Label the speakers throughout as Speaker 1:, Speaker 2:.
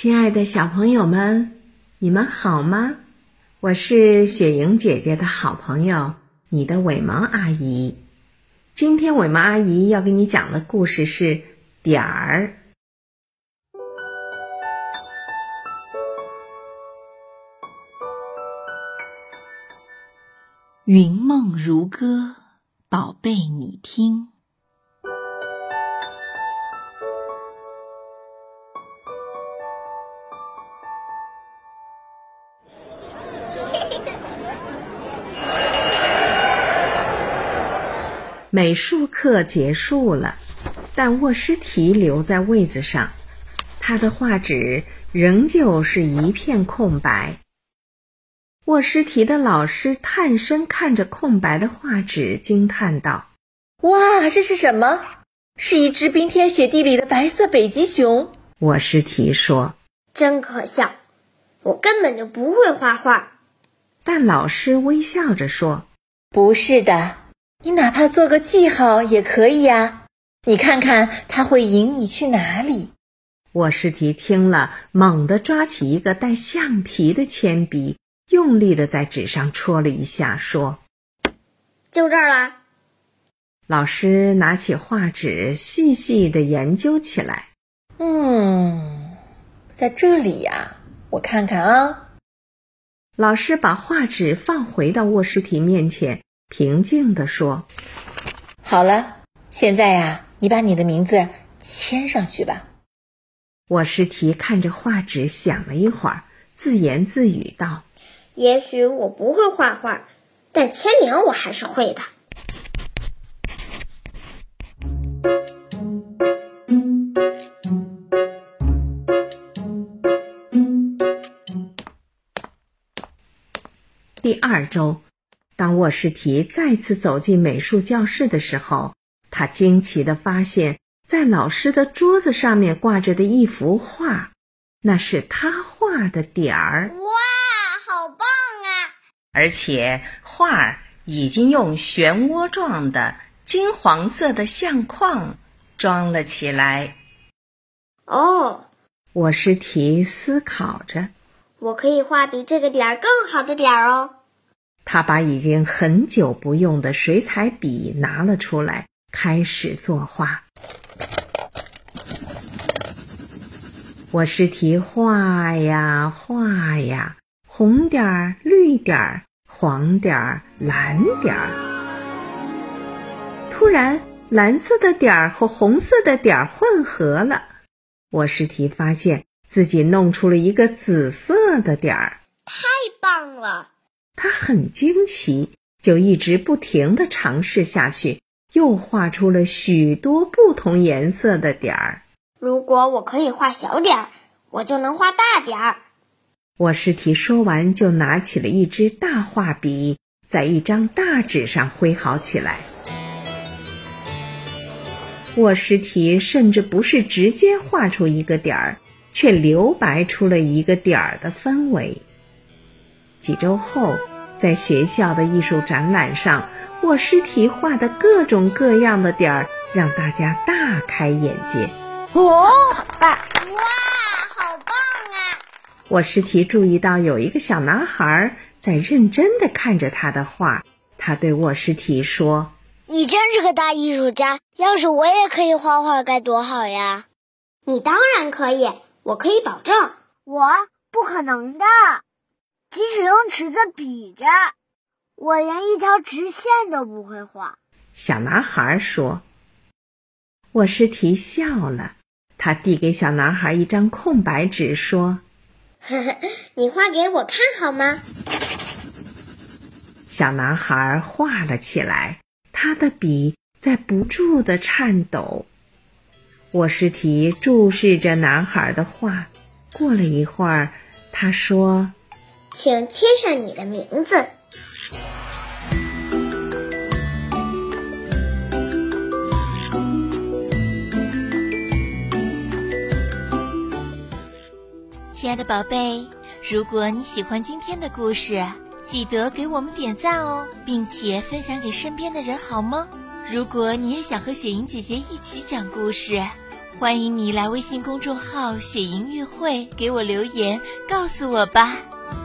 Speaker 1: 亲爱的小朋友们，你们好吗？我是雪莹姐姐的好朋友，你的伟萌阿姨。今天伟萌阿姨要给你讲的故事是点儿。
Speaker 2: 云梦如歌，宝贝你听。
Speaker 1: 美术课结束了，但沃什提留在位子上，他的画纸仍旧是一片空白。沃什提的老师探身看着空白的画纸，惊叹道：
Speaker 3: 哇，这是什么？是一只冰天雪地里的白色北极熊。
Speaker 1: 沃什提说：
Speaker 4: 真可笑，我根本就不会画画。
Speaker 1: 但老师微笑着说：
Speaker 3: 不是的，你哪怕做个记号也可以啊，你看看它会引你去哪里。
Speaker 1: 沃什提听了，猛地抓起一个带橡皮的铅笔，用力地在纸上戳了一下，说：
Speaker 4: 就这儿了。
Speaker 1: 老师拿起画纸细细地研究起来。
Speaker 3: 在这里呀，我看看啊。
Speaker 1: 老师把画纸放回到沃什提面前，平静地说：
Speaker 3: 好了，现在呀，你把你的名字签上去吧。
Speaker 1: 沃什提看着画纸想了一会儿，自言自语道：
Speaker 4: 也许我不会画画，但签名我还是会的。
Speaker 1: 第二周，当沃什提再次走进美术教室的时候，他惊奇地发现，在老师的桌子上面挂着的一幅画，那是他画的点儿。
Speaker 4: 哇，好棒啊！
Speaker 5: 而且画已经用漩涡状的金黄色的相框装了起来。
Speaker 4: 哦，
Speaker 1: 沃什提思考着，
Speaker 4: 我可以画比这个点儿更好的点儿哦。
Speaker 1: 他把已经很久不用的水彩笔拿了出来，开始作画。沃什提画呀画呀，红点儿、绿点儿、黄点儿、蓝点儿。突然，蓝色的点儿和红色的点儿混合了。沃什提发现自己弄出了一个紫色的点儿。
Speaker 4: 太棒了！
Speaker 1: 他很惊奇，就一直不停地尝试下去，又画出了许多不同颜色的点儿。
Speaker 4: 如果我可以画小点儿，我就能画大点儿。
Speaker 1: 沃什提说完，就拿起了一支大画笔，在一张大纸上挥毫起来。沃什提甚至不是直接画出一个点儿，却留白出了一个点儿的氛围。几周后，在学校的艺术展览上，沃什提画的各种各样的点儿让大家大开眼界。
Speaker 4: 哇，好棒啊！
Speaker 1: 沃什提注意到有一个小男孩在认真地看着他的画，他对沃什提说：
Speaker 6: 你真是个大艺术家，要是我也可以画画该多好呀。
Speaker 4: 你当然可以，我可以保证。
Speaker 6: 我不可能的，即使用尺子比着，我连一条直线都不会画。
Speaker 1: 小男孩说。沃什提笑了，他递给小男孩一张空白纸说：
Speaker 4: 你画给我看好吗？
Speaker 1: 小男孩画了起来，他的笔在不住地颤抖。沃什提注视着男孩的画，过了一会儿，他说：
Speaker 4: 请签上你的名字。
Speaker 2: 亲爱的宝贝，如果你喜欢今天的故事，记得给我们点赞哦，并且分享给身边的人好吗？如果你也想和雪莹姐姐一起讲故事， 欢迎你来微信公众号雪音乐会给我留言，告诉我吧。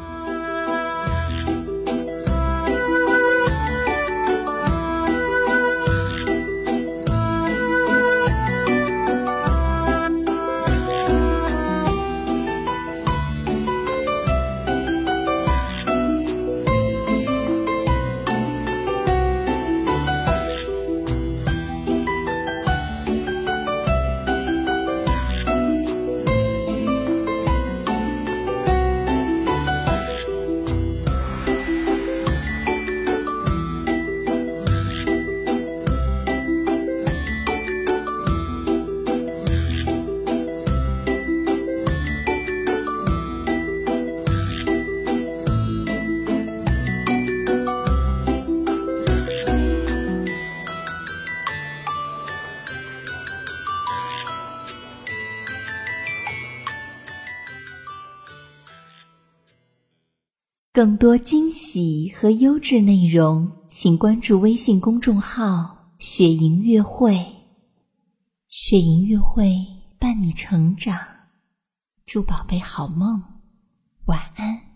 Speaker 2: 更多惊喜和优质内容，请关注微信公众号“雪莹乐会”。雪莹乐会伴你成长，祝宝贝好梦，晚安。